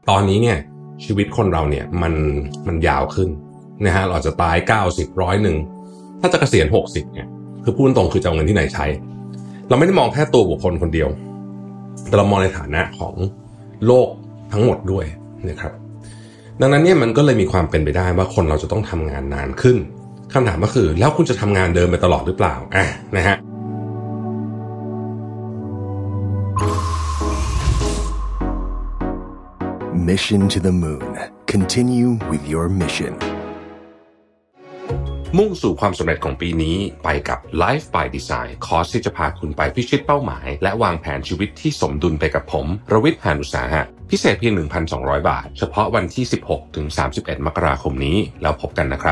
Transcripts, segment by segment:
ตอนนี้เนี่ยชีวิตคนเราเนี่ยมันยาวขึ้นนะฮะเราจะตาย90 100ถ้าจะเกษียณ60เนี่ยคือพูดตรงคือจะเอาเงินที่ไหนใช้เราไม่ได้มองแค่ตัวบุคคลคนเดียวแต่เรามองในฐานะของโลกทั้งหมดด้วยนะครับดังนั้นเนี่ยมันก็เลยมีความเป็นไปได้ว่าคนเราจะต้องทำงานนานขึ้นคำถามก็คือแล้วคุณจะทำงานเดิมไปตลอดหรือเปล่านะฮะ Mission to the Moon. Continue with your mission. มุ่งสู่ความสำเร็จของปีนี้ไปกับ Life by Design คอร์สที่จะพาคุณไปพิชิตเป้าหมายและวางแผนชีวิตที่สมดุลไปกับผมรวิทย์ หาญอุตสาหะพิเศษเพียง 1,200 บาทเฉพาะวันที่ 16-31 มกราคมนี้แล้วพบกันนะครับ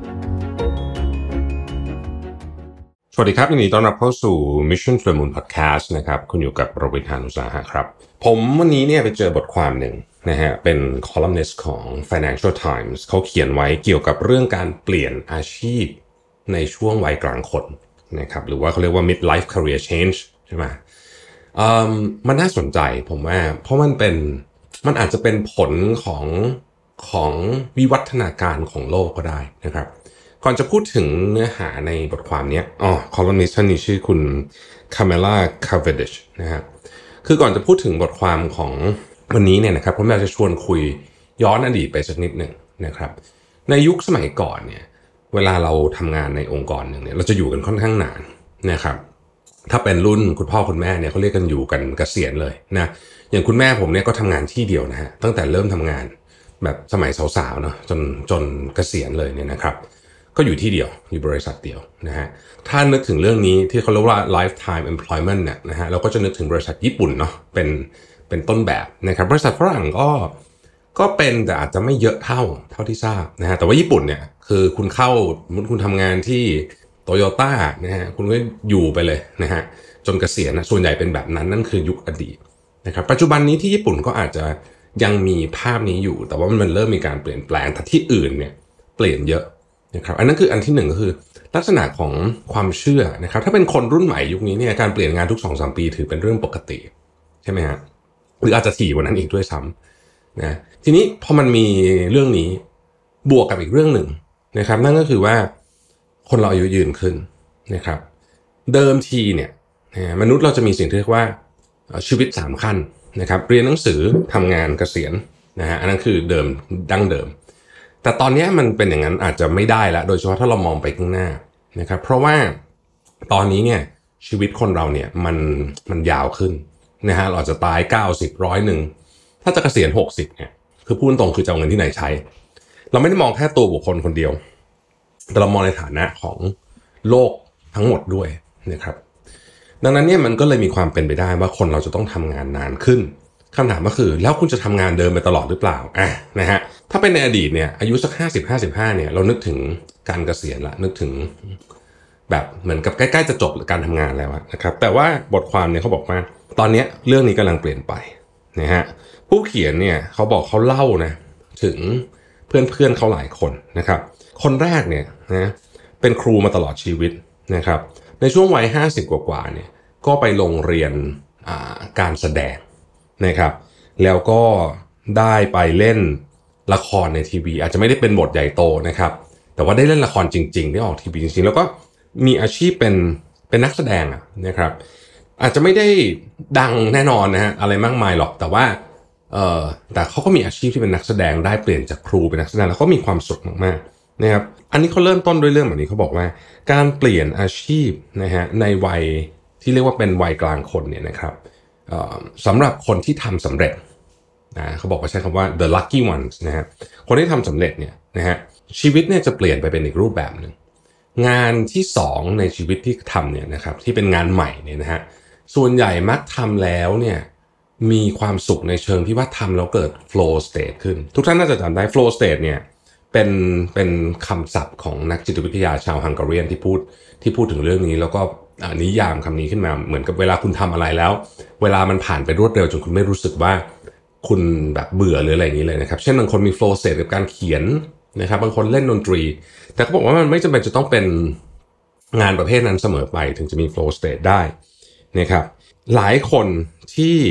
สวัสดีครับยินดีต้อนรับเข้าสู่ Mission to the Moon Podcast นะครับคุณอยู่กับรวิทย์ หาญอุตสาหะครับผมวันนี้เนี่ยไปเจอบทความหนึ่งนะฮะเป็นคอลัมนิสต์ของ Financial Times เขาเขียนไว้เกี่ยวกับเรื่องการเปลี่ยนอาชีพในช่วงวัยกลางคนนะครับหรือว่าเขาเรียกว่า mid-life career change ใช่ไหมมันน่าสนใจผมว่าเพราะมันอาจจะเป็นผลของวิวัฒนาการของโลกก็ได้นะครับก่อนจะพูดถึงเนื้อหาในบทความนี้คอลัมนิสต์ท่านนี้ชื่อคุณ Kamala Cavendish นะฮะคือก่อนจะพูดถึงบทความของวันนี้เนี่ยนะครับผมอยากจะชวนคุยย้อนอดีตไปสักนิดหนึ่งนะครับในยุคสมัยก่อนเนี่ยเวลาเราทำงานในองค์กรหนึ่งเนี่ยเราจะอยู่กันค่อนข้างนานนะครับถ้าเป็นรุ่นคุณพ่อคุณแม่เนี่ยเขาเรียกกันอยู่กันเกษียณเลยนะอย่างคุณแม่ผมเนี่ยก็ทำงานที่เดียวนะฮะตั้งแต่เริ่มทำงานแบบสมัยสาวๆเนาะจนเกษียณเลยเนี่ยนะครับก็อยู่ที่เดียวอยู่บริษัทเดียวนะฮะถ้านึกถึงเรื่องนี้ที่เขาเรียกว่า lifetime employment เนี่ยนะฮะเราก็จะนึกถึงบริษัทญี่ปุ่นเนาะเป็นต้นแบบนะครับบริษัทฝรั่งก็เป็นแต่อาจจะไม่เยอะเท่าที่ทราบนะฮะแต่ว่าญี่ปุ่นเนี่ยคือคุณคุณทำงานที่โตโยต้านะฮะคุณก็อยู่ไปเลยนะฮะจนเกษียณนะส่วนใหญ่เป็นแบบนั้นนั่นคือยุคอดีตนะครับปัจจุบันนี้ที่ญี่ปุ่นก็อาจจะยังมีภาพนี้อยู่แต่ว่ามันเริ่มมีการเปลี่ยนแปลงแต่ที่อื่นเนี่ยเปลี่ยนเยอะนะครับอันนั้นคืออันที่หนึ่งก็คือลักษณะของความเชื่อนะครับถ้าเป็นคนรุ่นใหม่ยุคนี้เนี่ยการเปลี่ยนงานทุก 2-3 ปีถือเป็นเรื่องปกติใช่ไหมฮะหรืออาจจะถี่กว่านั้นอีกด้วยซ้ำนะทีนี้พอมันมีเรื่องนี้บวกกับอีกเรื่องหนึ่งนะครับนั่นก็คือว่าคนเราอายุยืนขึ้นนะครับเดิมทีเนี่ยมนุษย์เราจะมีสิ่งที่เรียกว่าชีวิต3ขั้นนะครับเรียนหนังสือทำงานเกษียณนะฮะอันนั้นคือเดิมดั้งเดิมแต่ตอนนี้มันเป็นอย่างนั้นอาจจะไม่ได้แล้วโดยเฉพาะถ้าเรามองไปข้างหน้านะครับเพราะว่าตอนนี้เนี่ยชีวิตคนเราเนี่ยมันยาวขึ้นนะฮะเราจะตาย90 100ถ้าจะเกษียณ60เนี่ยคือพูดตรงคือจะเอาเงินที่ไหนใช้เราไม่ได้มองแค่ตัวบุคคลคนเดียวแต่เรามองในฐานะของโลกทั้งหมดด้วยนะครับดังนั้นเนี่ยมันก็เลยมีความเป็นไปได้ว่าคนเราจะต้องทำงานนานขึ้นคำถามก็คือแล้วคุณจะทำงานเดิมไปตลอดหรือเปล่านะฮะถ้าเป็นในอดีตเนี่ยอายุสัก50-55เนี่ยเรานึกถึงการเกษียณละนึกถึงแบบเหมือนกับใกล้ๆจะจบการทำงานแล้วนะครับแต่ว่าบทความเนี่ยเขาบอกว่าตอนนี้เรื่องนี้กำลังเปลี่ยนไปนะฮะผู้เขียนเนี่ยเขาบอกเขาเล่านะถึงเพื่อนเขาหลายคนนะครับคนแรกเนี่ยนะเป็นครูมาตลอดชีวิตนะครับในช่วงวัย50กว่าเนี่ยก็ไปลงเรียนการแสดงนะครับแล้วก็ได้ไปเล่นละครในทีวีอาจจะไม่ได้เป็นบทใหญ่โตนะครับแต่ว่าได้เล่นละครจริงๆได้ออกทีวีจริงๆแล้วก็มีอาชีพเป็นนักแสดงนะครับอาจจะไม่ได้ดังแน่นอนนะฮะอะไรมากมายหรอกแต่ว่าแต่เขาก็มีอาชีพที่เป็นนักแสดงได้เปลี่ยนจากครูเป็นนักแสดงแล้วก็มีความสุขมากๆนะครับอันนี้เขาเริ่มต้นด้วยเรื่องแบบนี้เขาบอกว่าการเปลี่ยนอาชีพนะฮะในวัยที่เรียกว่าเป็นวัยกลางคนเนี่ยนะครับสำหรับคนที่ทำสำเร็จนะเขาบอกว่าใช้คำว่า the lucky ones นะฮะคนที่ทำสำเร็จเนี่ยนะฮะชีวิตเนี่ยจะเปลี่ยนไปเป็นอีกรูปแบบหนึ่งงานที่2ในชีวิตที่ทำเนี่ยนะครับที่เป็นงานใหม่เนี่ยนะฮะส่วนใหญ่มักทำแล้วเนี่ยมีความสุขในเชิงที่ว่าทำแล้วเกิด flow state ขึ้นทุกท่านน่าจะจำได้ flow state เนี่ยเป็นคำศัพท์ของนักจิตวิทยาชาวฮังการีที่พูดถึงเรื่องนี้แล้วก็นิยามคำนี้ขึ้นมาเหมือนกับเวลาคุณทำอะไรแล้วเวลามันผ่านไปรวดเร็วจนคุณไม่รู้สึกว่าคุณแบบเบื่อหรืออะไรอย่างนี้เลยนะครับเช่นบางคนมี flow state กับการเขียนนะครับบางคนเล่นดนตรีแต่เขาบอกว่ามันไม่จำเป็นจะต้องเป็นงานประเภทนั้นเสมอไปถึงจะมี flow state ได้นะครับหลายคนที่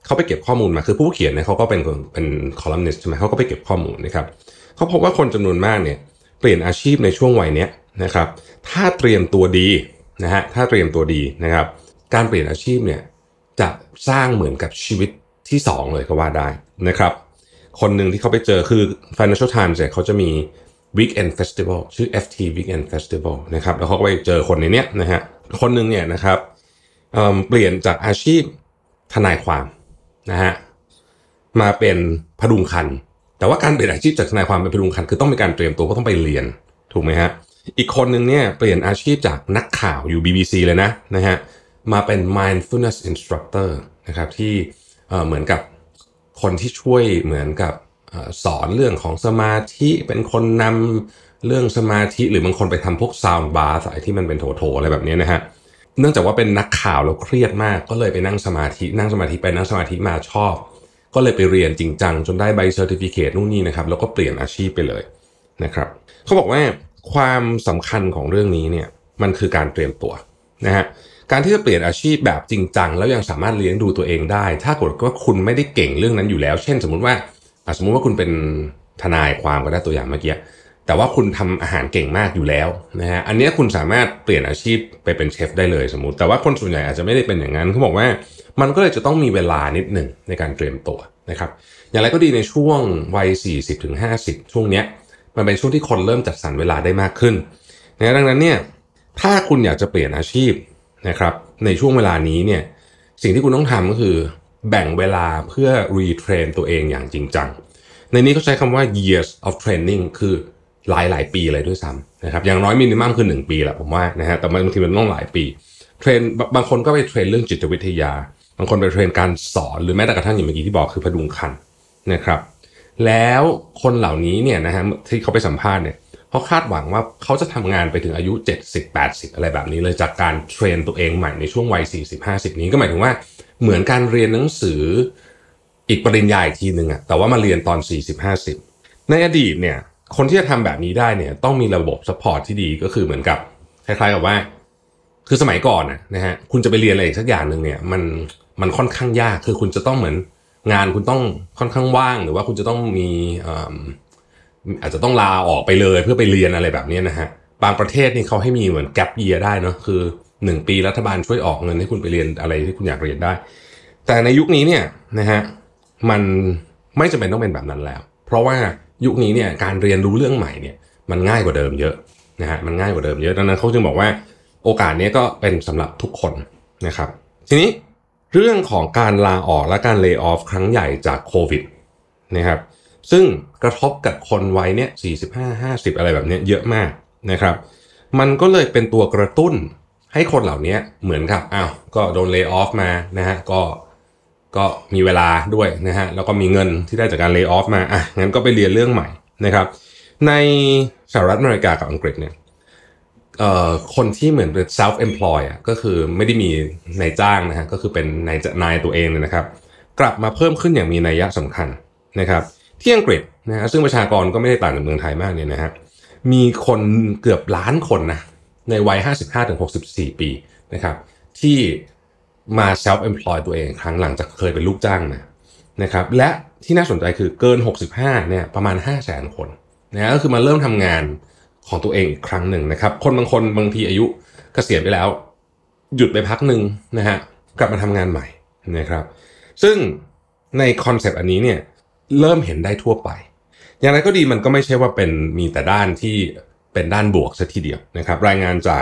เขาไปเก็บข้อมูลมาคือผู้เขียนเนี่ยเขาก็เป็นคอลัมนิสต์ใช่ไหมเขาก็ไปเก็บข้อมูลนะครับเขาพบว่าคนจำนวนมากเนี่ยเปลี่ยนอาชีพในช่วงวัยเนี้ยนะครับถ้าเตรียมตัวดีนะฮะถ้าเตรียมตัวดีนะครับการเปลี่ยนอาชีพเนี่ยจะสร้างเหมือนกับชีวิตที่2เลยก็ว่าได้นะครับคนหนึ่งที่เขาไปเจอคือ Financial Times เนี่ยเขาจะมี Weekend Festival ชื่อ FT Weekend Festival นะครับแล้วเขาก็ไปเจอคนในเนี้ยนะฮะคนหนึ่งเนี่ยนะครับเปลี่ยนจากอาชีพทนายความนะฮะมาเป็นพดุงครรภ์แต่ว่าการเปลี่ยนอาชีพจากทนายความเป็นพดุงครรภ์คือต้องมีการเตรียมตัวก็ต้องไปเรียนถูกไหมฮะอีกคนหนึ่งเนี่ยเปลี่ยนอาชีพจากนักข่าวอยู่ BBC เลยนะฮะมาเป็น mindfulness instructor นะครับที่เหมือนกับคนที่ช่วยเหมือนกับสอนเรื่องของสมาธิเป็นคนนำเรื่องสมาธิหรือบางคนไปทำพวก sound bath อะไรที่มันเป็นโถๆอะไรแบบนี้นะฮะเนื่องจากว่าเป็นนักข่าวแล้วเครียดมากก็เลยไปนั่งสมาธิไปนั่งสมาธิมาชอบก็เลยไปเรียนจริงจังจนได้ใบเซอร์ติฟิเคตนู่นนี่นะครับแล้วก็เปลี่ยนอาชีพไปเลยนะครับเขาบอกว่าความสำคัญของเรื่องนี้เนี่ยมันคือการเตรียมตัวนะฮะการที่จะเปลี่ยนอาชีพแบบจริงจังแล้วยังสามารถเลี้ยงดูตัวเองได้ถ้าเกิดว่าคุณไม่ได้เก่งเรื่องนั้นอยู่แล้วเช่นสมมุติว่าคุณเป็นทนายความก็ได้ตัวอย่างเมื่อกี้แต่ว่าคุณทำอาหารเก่งมากอยู่แล้วนะฮะอันนี้คุณสามารถเปลี่ยนอาชีพไปเป็นเชฟได้เลยสมมุติแต่ว่าคนส่วนใหญ่อาจจะไม่ได้เป็นอย่างนั้นเขาบอกว่ามันก็เลยจะต้องมีเวลานิดหนึ่งในการเตรียมตัวนะครับอย่างไรก็ดีในช่วงวัย 40-50 ช่วงเนี้ยมันเป็นช่วงที่คนเริ่มจัดสรรเวลาได้มากขึ้นนะดังนั้นเนี่ยถ้าคุณอยากจะเปลี่ยนอาชีพนะครับในช่วงเวลานี้เนี่ยสิ่งที่คุณต้องทำก็คือแบ่งเวลาเพื่อรีเทรนตัวเองอย่างจริงจังในนี้เขาใช้คำว่า years of training คือหลายปีเลยด้วยซ้ำนะครับอย่างน้อยมินิมัมคือ1 ปีแหละผมว่านะฮะแต่บางทีมันต้องหลายปีเทรนบางคนก็ไปเทรนเรื่องจิตวิทยาบางคนไปเทรนการสอนหรือแม้แต่กระทั่งอย่างเมื่อกี้ที่บอกคือพดุงครรภ์นะครับแล้วคนเหล่านี้เนี่ยนะฮะที่เขาไปสัมภาษณ์เนี่ยเขาคาดหวังว่าเขาจะทำงานไปถึงอายุ70-80อะไรแบบนี้เลยจากการเทรนตัวเองใหม่ในช่วงวัย40-50นี้ก็หมายถึงว่าเหมือนการเรียนหนังสืออีกปริญญาอีกทีนึงอะแต่ว่ามาเรียนตอน40-50ในอดีตเนี่ยคนที่จะทำแบบนี้ได้เนี่ยต้องมีระบบซัพพอร์ตที่ดีก็คือเหมือนกับคล้ายๆกับว่าคือสมัยก่อนนะฮะคุณจะไปเรียนอะไรอีกสักอย่างนึงเนี่ยมันค่อนข้างยากคือคุณจะต้องเหมือนงานคุณต้องค่อนข้างว่างหรือว่าคุณจะต้องมีอาจจะต้องลาออกไปเลยเพื่อไปเรียนอะไรแบบนี้นะฮะบางประเทศนี่เขาให้มีเหมือนแกปเยียร์ได้เนาะคือ1 ปีรัฐบาลช่วยออกเงินให้คุณไปเรียนอะไรที่คุณอยากเรียนได้แต่ในยุคนี้เนี่ยนะฮะมันไม่จำเป็นต้องเป็นแบบนั้นแล้วเพราะว่ายุคนี้เนี่ยการเรียนรู้เรื่องใหม่เนี่ยมันง่ายกว่าเดิมเยอะนะฮะมันง่ายกว่าเดิมเยอะดังนั้นเขาจึงบอกว่าโอกาสนี้ก็เป็นสำหรับทุกคนนะครับทีนี้เรื่องของการลาออกและการเลย์ออฟครั้งใหญ่จากโควิดนะครับซึ่งกระทบกับคนวัยเนี่ย45-50อะไรแบบนี้เยอะมากนะครับมันก็เลยเป็นตัวกระตุ้นให้คนเหล่านี้เหมือนกับก็โดนเลย์ออฟมานะฮะก็มีเวลาด้วยนะฮะแล้วก็มีเงินที่ได้จากการเลย์ออฟมางั้นก็ไปเรียนเรื่องใหม่นะครับในสหรัฐอเมริกากับอังกฤษเนี่ยคนที่เหมือนเป็น self employ ก็คือไม่ได้มีนายจ้างนะฮะก็คือเป็นนายตัวเองเนี่ยนะครับกลับมาเพิ่มขึ้นอย่างมีนัยสำคัญนะครับที่อังกฤษนะฮะซึ่งประชากรก็ไม่ได้ต่างจากเมืองไทยมากเนี่ยนะฮะมีคนเกือบล้านคนนะในวัย 55-64 ปีนะครับที่มา self employ ตัวเองครั้งหลังจากเคยเป็นลูกจ้างนะครับและที่น่าสนใจคือเกิน65เนี่ยประมาณ 500,000 คนนะก็คือมาเริ่มทำงานของตัวเองอีกครั้งหนึ่งนะครับคนบางคนบางทีอายุเกษียณไปแล้วหยุดไปพักหนึ่งนะฮะกลับมาทำงานใหม่นะครับซึ่งในคอนเซปต์อันนี้เนี่ยเริ่มเห็นได้ทั่วไปอย่างไรก็ดีมันก็ไม่ใช่ว่าเป็นมีแต่ด้านที่เป็นด้านบวกซะทีเดียวนะครับรายงานจาก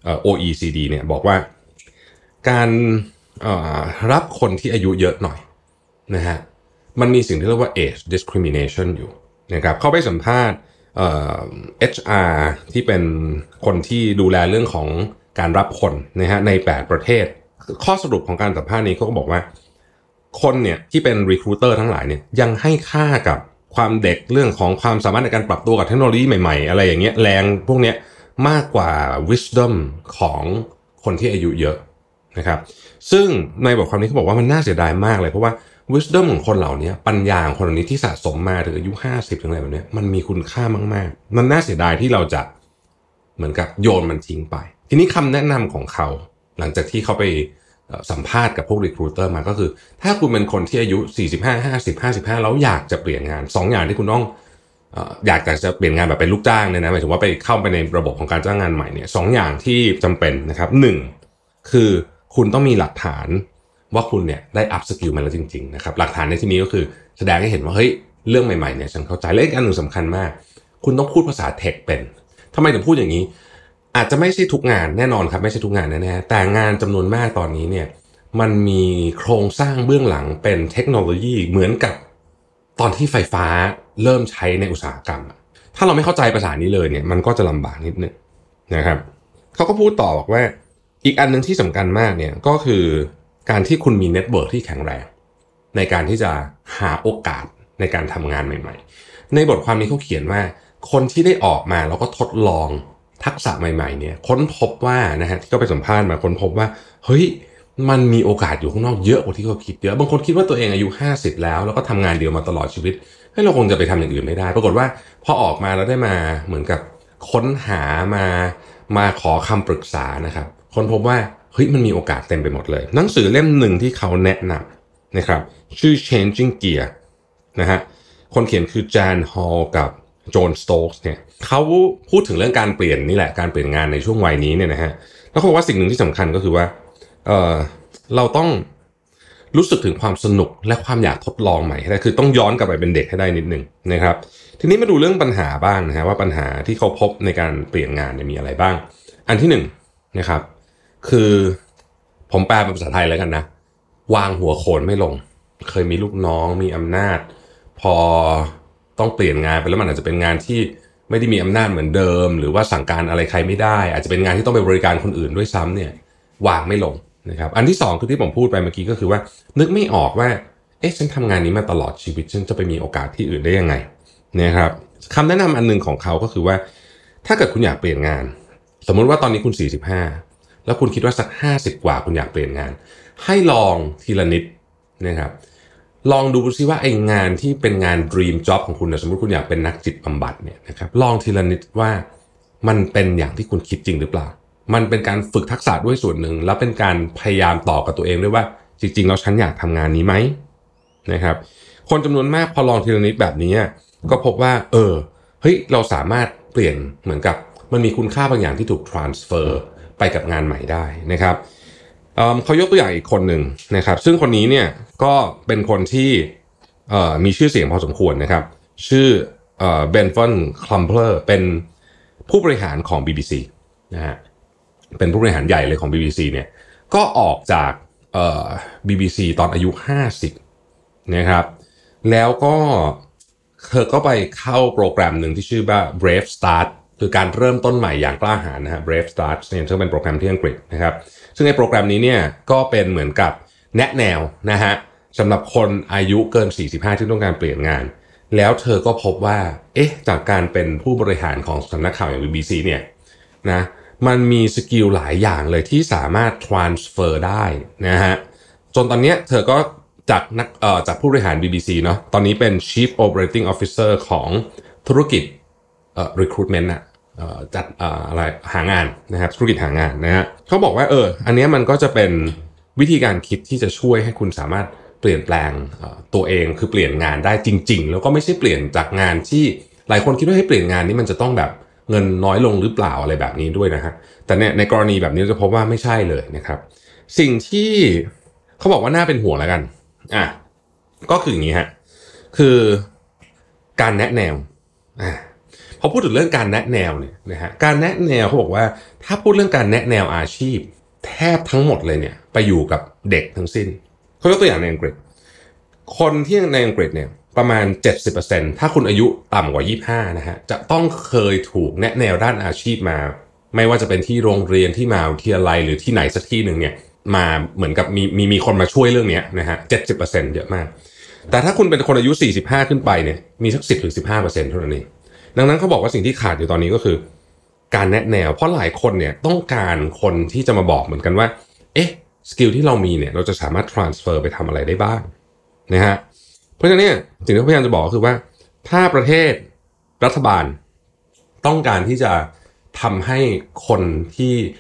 OECD เนี่ยบอกว่าการรับคนที่อายุเยอะหน่อยนะฮะมันมีสิ่งที่เรียกว่า age discrimination อยู่นะครับเข้าไปสัมภาษณ์HR ที่เป็นคนที่ดูแลเรื่องของการรับคนนะฮะใน8ประเทศข้อสรุปของการสัมภาษณ์นี้เขาก็บอกว่าคนเนี่ยที่เป็น recruiter ทั้งหลายเนี่ยยังให้ค่ากับความเด็กเรื่องของความสามารถในการปรับตัวกับเทคโนโลยีใหม่ๆอะไรอย่างเงี้ยแรงพวกเนี้ยมากกว่า wisdom ของคนที่อายุเยอะนะครับซึ่งในบทความนี้เขาบอกว่ามันน่าเสียดายมากเลยเพราะว่า wisdom ของคนเหล่านี้ปัญญาของคนเหล่านี้ที่สะสมมาถึงอายุ50ถึงอะไรแบบนี้มันมีคุณค่ามากๆมันน่าเสียดายที่เราจะเหมือนกับโยนมันทิ้งไปทีนี้คำแนะนำของเขาหลังจากที่เขาไปสัมภาษณ์กับพวก recruiter มาก็คือถ้าคุณเป็นคนที่อายุ45 50 55แล้วอยากจะเปลี่ยนงาน2อย่างที่คุณต้องอยากจะเปลี่ยนงานแบบเป็นลูกจ้างเนี่ยนะหมายถึงว่าไปเข้าไปในระบบของการจ้างงานใหม่เนี่ย2อย่างที่จำเป็นนะครับ1คือคุณต้องมีหลักฐานว่าคุณเนี่ยได้ up skill มาแล้วจริงๆนะครับหลักฐานในที่นี้ก็คือแสดงให้เห็นว่าเฮ้ยเรื่องใหม่ๆเนี่ยฉันเข้าใจและอีกอันหนึ่งสำคัญมากคุณต้องพูดภาษาเทคเป็นทำไมถึงพูดอย่างนี้อาจจะไม่ใช่ทุกงานแน่นอนครับไม่ใช่ทุกงานแน่ๆแต่งานจำนวนมากตอนนี้เนี่ยมันมีโครงสร้างเบื้องหลังเป็นเทคโนโลยีเหมือนกับตอนที่ไฟฟ้าเริ่มใช้ในอุตสาหกรรมถ้าเราไม่เข้าใจภาษานี้เลยเนี่ยมันก็จะลำบากนิดนึงนะครับเขาก็พูดต่อบอกว่าอีกอันนึงที่สำคัญมากเนี่ยก็คือการที่คุณมีเน็ตเวิร์คที่แข็งแรงในการที่จะหาโอกาสในการทำงานใหม่ๆในบทความนี้เขาเขียนว่าคนที่ได้ออกมาแล้วก็ทดลองทักษะใหม่ๆเนี่ยค้นพบว่านะฮะที่เขาไปสัมภาษณ์มาค้นพบว่าเฮ้ยมันมีโอกาสอยู่ข้างนอกเยอะกว่าที่เขาคิดเยอะบางคนคิดว่าตัวเองอายุ50แล้วก็ทำงานเดียวมาตลอดชีวิตให้เราคงจะไปทำอย่างอื่นไม่ได้ปรากฏว่าพอออกมาแล้วได้มาเหมือนกับค้นหามาขอคำปรึกษานะครับค้นพบว่าเฮ้ยมันมีโอกาสเต็มไปหมดเลยหนังสือเล่มหนึ่งที่เขาแนะนำนะครับชื่อ Changing Gear นะฮะคนเขียนคือจานฮอลกับโจนสโต๊กส์เนี่ยเขาพูดถึงเรื่องการเปลี่ยนนี่แหละการเปลี่ยนงานในช่วงวัยนี้เนี่ยนะฮะแล้วเขาบอกว่าสิ่งหนึ่งที่สำคัญก็คือว่าเราต้องรู้สึกถึงความสนุกและความอยากทดลองใหม่ให้ได้คือต้องย้อนกลับไปเป็นเด็กให้ได้นิดนึงนะครับทีนี้มาดูเรื่องปัญหาบ้างนะฮะว่าปัญหาที่เขาพบในการเปลี่ยนงานเนี่ยมีอะไรบ้างอันที่หนึ่งนะครับคือผมแปลเป็นภาษาไทยแล้วกันนะวางหัวโขนไม่ลงเคยมีลูกน้องมีอำนาจพอต้องเปลี่ยนงานไปแล้วมันอาจจะเป็นงานที่ไม่ได้มีอำนาจเหมือนเดิมหรือว่าสั่งการอะไรใครไม่ได้อาจจะเป็นงานที่ต้องไปบริการคนอื่นด้วยซ้ำเนี่ยวางไม่ลงนะครับอันที่สองคือที่ผมพูดไปเมื่อกี้ก็คือว่านึกไม่ออกว่าฉันทำงานนี้มาตลอดชีวิตฉันจะไปมีโอกาสที่อื่นได้ยังไงนะครับคำแนะนำอันนึงของเขาก็คือว่าถ้าเกิดคุณอยากเปลี่ยนงานสมมุติว่าตอนนี้คุณ45แล้วคุณคิดว่าสัก50กว่าคุณอยากเปลี่ยนงานให้ลองทีละนิดนะครับลองดูซิว่าไอ้งานที่เป็นงาน dream job ของคุณสมมุติคุณอยากเป็นนักจิตบำบัดเนี่ยนะครับลองทีละนิดว่ามันเป็นอย่างที่คุณคิดจริงหรือเปล่ามันเป็นการฝึกทักษะด้วยส่วนหนึ่งแล้วเป็นการพยายามต่อกับตัวเองด้วยว่าจริงๆแล้วฉันอยากทำงานนี้ไหมนะครับคนจำนวนมากพอลองทีละนิดแบบนี้ก็พบว่าเฮ้ยเราสามารถเปลี่ยนเหมือนกับมันมีคุณค่าบางอย่างที่ถูก transfer ไปกับงานใหม่ได้นะครับเขายกตัวอย่างอีกคนหนึ่งนะครับซึ่งคนนี้เนี่ยก็เป็นคนที่มีชื่อเสียงพอสมควรนะครับชื่อเบนฟอนคลัมเพลอร์เป็นผู้บริหารของ BBC นะฮะเป็นผู้บริหารใหญ่เลยของ BBC เนี่ยก็ออกจากBBC ตอนอายุ50นะครับแล้วก็เธอก็ไปเข้าโปรแกรมหนึ่งที่ชื่อว่า Brave Start คือการเริ่มต้นใหม่อย่างกล้าหาญนะฮะ Brave Start เนี่ยซึ่งเป็นโปรแกรมที่อังกฤษนะครับซึ่งในโปรแกรมนี้เนี่ยก็เป็นเหมือนกับแนะแนวนะฮะสำหรับคนอายุเกิน45ที่ต้องการเปลี่ยนงานแล้วเธอก็พบว่าจากการเป็นผู้บริหารของสำนักข่าวอย่าง BBC เนี่ยนะมันมีสกิลหลายอย่างเลยที่สามารถ transfer ได้นะฮะจนตอนนี้เธอก็จากผู้บริหาร BBC เนาะตอนนี้เป็น Chief Operating Officer ของธุรกิจrecruitment จัดอะไรหางานนะครับธุรกิจหางานนะฮะเขาบอกว่าอันนี้มันก็จะเป็นวิธีการคิดที่จะช่วยให้คุณสามารถเปลี่ยนแปลงตัวเองคือเปลี่ยนงานได้จริงๆแล้วก็ไม่ใช่เปลี่ยนจากงานที่หลายคนคิดว่าให้เปลี่ยนงานนี้มันจะต้องแบบเงินน้อยลงหรือเปล่าอะไรแบบนี้ด้วยนะฮะแต่เนี่ยในกรณีแบบนี้จะพบว่าไม่ใช่เลยนะครับสิ่งที่เขาบอกว่าน่าเป็นห่วงแล้วกันก็คืออย่างนี้ฮะคือการแนะแนวพอพูดถึงเรื่องการแนะแนวเนี่ยนะฮะการแนะแนวเขาบอกว่าถ้าพูดเรื่องการแนะแนวอาชีพแทบทั้งหมดเลยเนี่ยไปอยู่กับเด็กทั้งสิ้นเขายกตัวอย่างในอังกฤษคนที่ในอังกฤษเนี่ยประมาณ 70% ถ้าคุณอายุต่ำกว่า25นะฮะจะต้องเคยถูกแนะแนวด้านอาชีพมาไม่ว่าจะเป็นที่โรงเรียนที่มหาวิทยาลัยหรือที่ไหนสักที่หนึ่งเนี่ยมาเหมือนกับมีคนมาช่วยเรื่องนี้นะฮะ 70% เยอะมากแต่ถ้าคุณเป็นคนอายุ45ขึ้นไปเนี่ยมีสัก 10-15% เท่านั้นเองดังนั้นเขาบอกว่าสิ่งที่ขาดอยู่ตอนนี้ก็คือการแนะแนวเพราะหลายคนเนี่ยต้องการคนที่จะมาบอกเหมือนกันว่าสกิลที่เรามีเนี่ยเราจะสามารถ transfer ไปทำอะไรได้บ้างนะฮะเพราะฉะนั้นเนี่ยสิ่งที่พยายามจะบอกก็คือว่าถ้าประเทศรัฐบาลต้องการที่จะทำให้คนที่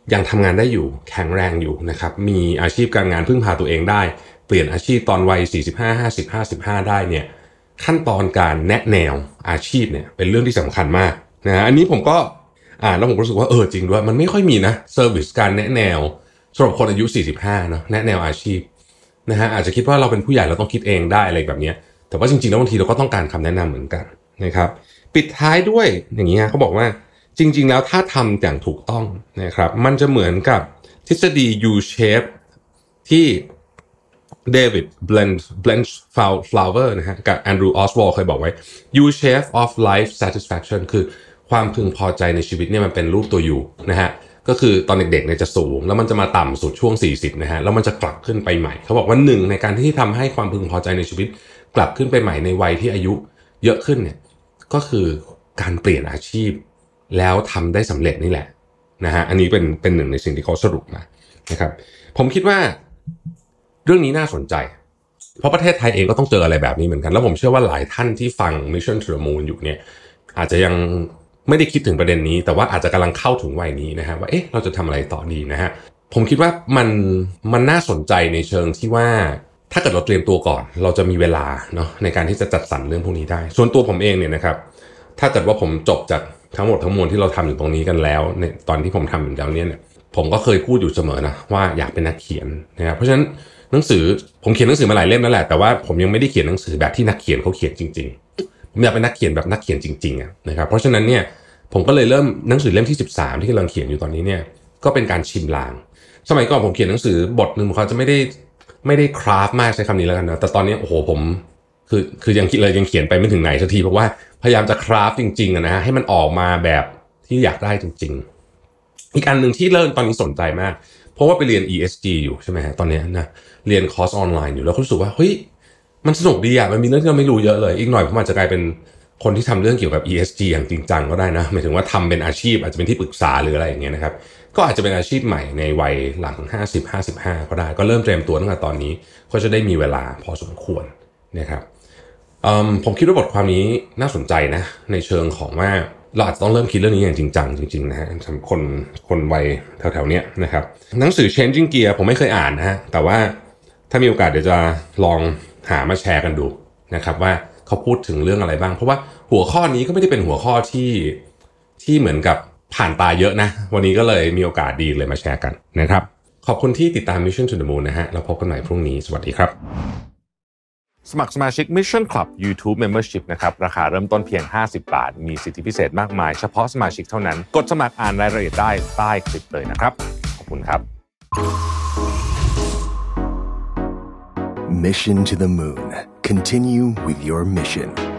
ยังทำงานได้อยู่แข็งแรงอยู่นะครับมีอาชีพการงานพึ่งพาตัวเองได้เปลี่ยนอาชีพตอนวัย45 50 55ได้เนี่ยขั้นตอนการแนะแนวอาชีพเนี่ยเป็นเรื่องที่สำคัญมากนะอันนี้ผมก็อ่านแล้วผมรู้สึกว่าจริงด้วยมันไม่ค่อยมีนะเซอร์วิสการแนะแนวสำหรับคนอายุ45เนาะแนะแนวอาชีพนะฮะอาจจะคิดว่าเราเป็นผู้ใหญ่เราต้องคิดเองได้อะไรแบบนี้แต่ว่าจริงๆแล้วบางทีเราก็ต้องการคำแนะนำเหมือนกันนะครับปิดท้ายด้วยอย่างนี้เขาบอกว่าจริงๆแล้วถ้าทำอย่างถูกต้องนะครับมันจะเหมือนกับทฤษฎี U-shape ที่เดวิดเบลนช์ฟลาวเวอร์นะฮะกับแอนดรูว์ออสวอลเคยบอกไว้ U-shape of life satisfaction คือความพึงพอใจในชีวิตเนี่ยมันเป็นรูปตัว U นะฮะก็คือตอนเด็กๆเนี่ยจะสูงแล้วมันจะมาต่ำสุดช่วง40นะฮะแล้วมันจะกลับขึ้นไปใหม่เขาบอกว่าหนึ่งในการที่ทำให้ความพึงพอใจในชีวิตกลับขึ้นไปใหม่ในวัยที่อายุเยอะขึ้นเนี่ยก็คือการเปลี่ยนอาชีพแล้วทำได้สำเร็จนี่แหละนะฮะอันนี้เป็นหนึ่งในสิ่งที่เขาสรุปมานะครับผมคิดว่าเรื่องนี้น่าสนใจเพราะประเทศไทยเองก็ต้องเจออะไรแบบนี้เหมือนกันแล้วผมเชื่อว่าหลายท่านที่ฟัง Mission to the Moon อยู่เนี่ยอาจจะยังไม่ได้คิดถึงประเด็นนี้แต่ว่าอาจจะกำลังเข้าถึงวัยนี้นะฮะว่าเราจะทำอะไรต่อดีนะฮะผมคิดว่ามันน่าสนใจในเชิงที่ว่าถ้าเกิดเราเตรียมตัวก่อนเราจะมีเวลาเนาะในการที่จะจัดสรรเรื่องพวกนี้ได้ส่วนตัวผมเองเนี่ยนะครับถ้าเกิดว่าผมจบจากทั้งหมดทั้งมวลที่เราทำอยู่ตรงนี้กันแล้วในตอนที่ผมทำอยู่แล้วเนี่ยผมก็เคยพูดอยู่เสมอนะว่าอยากเป็นนักเขียนนะครับเพราะฉะนั้นหนังสือผมเขียนหนังสือมาหลายเล่มแล้วแหละแต่ว่าผมยังไม่ได้เขียนหนังสือแบบที่นักเขียนเขาเขียนจริงๆผมอยากเป็นนักเขียนแบบนักเขียนจริงๆนะครับเพราะฉะนั้นเนี่ยผมก็เลยเริ่มหนังสือเล่มที่13ที่กำลังเขียนอยู่ตอนนี้เนี่ยก็เป็นการชิมลางสมัยก่อนผมเขียนหนังสือบทนึงเขาจะไม่ได้คราฟมากใช้คำนี้แล้วกันนะแต่ตอนนี้โอ้โหผมคือยังเขียนไปไม่ถึงไหนสักทีเพราะว่าพยายามจะคราฟจริงๆนะฮะให้มันออกมาแบบที่อยากได้จริงๆอีกอันนึงที่เริ่มตอนนี้สนใจมากเพราะว่าไปเรียน ESG อยู่ใช่ไหมฮะตอนนี้นะเรียนคอร์สออนไลน์อยู่แล้วรู้สึกว่าเฮ้ยมันสนุกดีอ่ะมันมีเรื่องที่เราไม่รู้เยอะเลยอีกหน่อยผมอาจจะกลายเป็นคนที่ทำเรื่องเกี่ยวกับ ESG อย่างจริงจังก็ได้นะหมายถึงว่าทำเป็นอาชีพอาจจะเป็นที่ปรึกษาหรืออะไรอย่างเงี้ยนะครับก็อาจจะเป็นอาชีพใหม่ในวัยหลัง50-55ก็ได้ก็เริ่มเตรียมตัวตั้งแต่ตอนนี้ก็จะได้มีเวลาพอสมควรนะครับผมคิดว่าบทความนี้น่าสนใจนะในเชิงของว่าเราอาจจะต้องเริ่มคิดเรื่องนี้อย่างจริงจังจริงๆนะฮะสำหรับคนวัยแถวๆเนี้ยนะครับหนังสือ Changing Gear ผมไม่เคยอ่านนะฮะแต่ว่าถ้ามีโอกาสเดี๋ยวจะลองหามาแชร์กันดูนะครับว่าเขาพูดถึงเรื่องอะไรบ้างเพราะว่าหัวข้อนี้ก็ไม่ได้เป็นหัวข้อที่เหมือนกับผ่านตาเยอะนะวันนี้ก็เลยมีโอกาสดีเลยมาแชร์กันนะครับขอบคุณที่ติดตาม Mission to the Moon นะฮะแล้วพบกันใหม่พรุ่งนี้สวัสดีครับสมัครสมาชิก Mission Club YouTube Membership นะครับราคาเริ่มต้นเพียง50 บาทมีสิทธิพิเศษมากมายเฉพาะสมาชิกเท่านั้นกดสมัครอ่านรายละเอียดได้ใต้คลิปเลยนะครับขอบคุณครับ Mission to the Moon. Continue with your mission.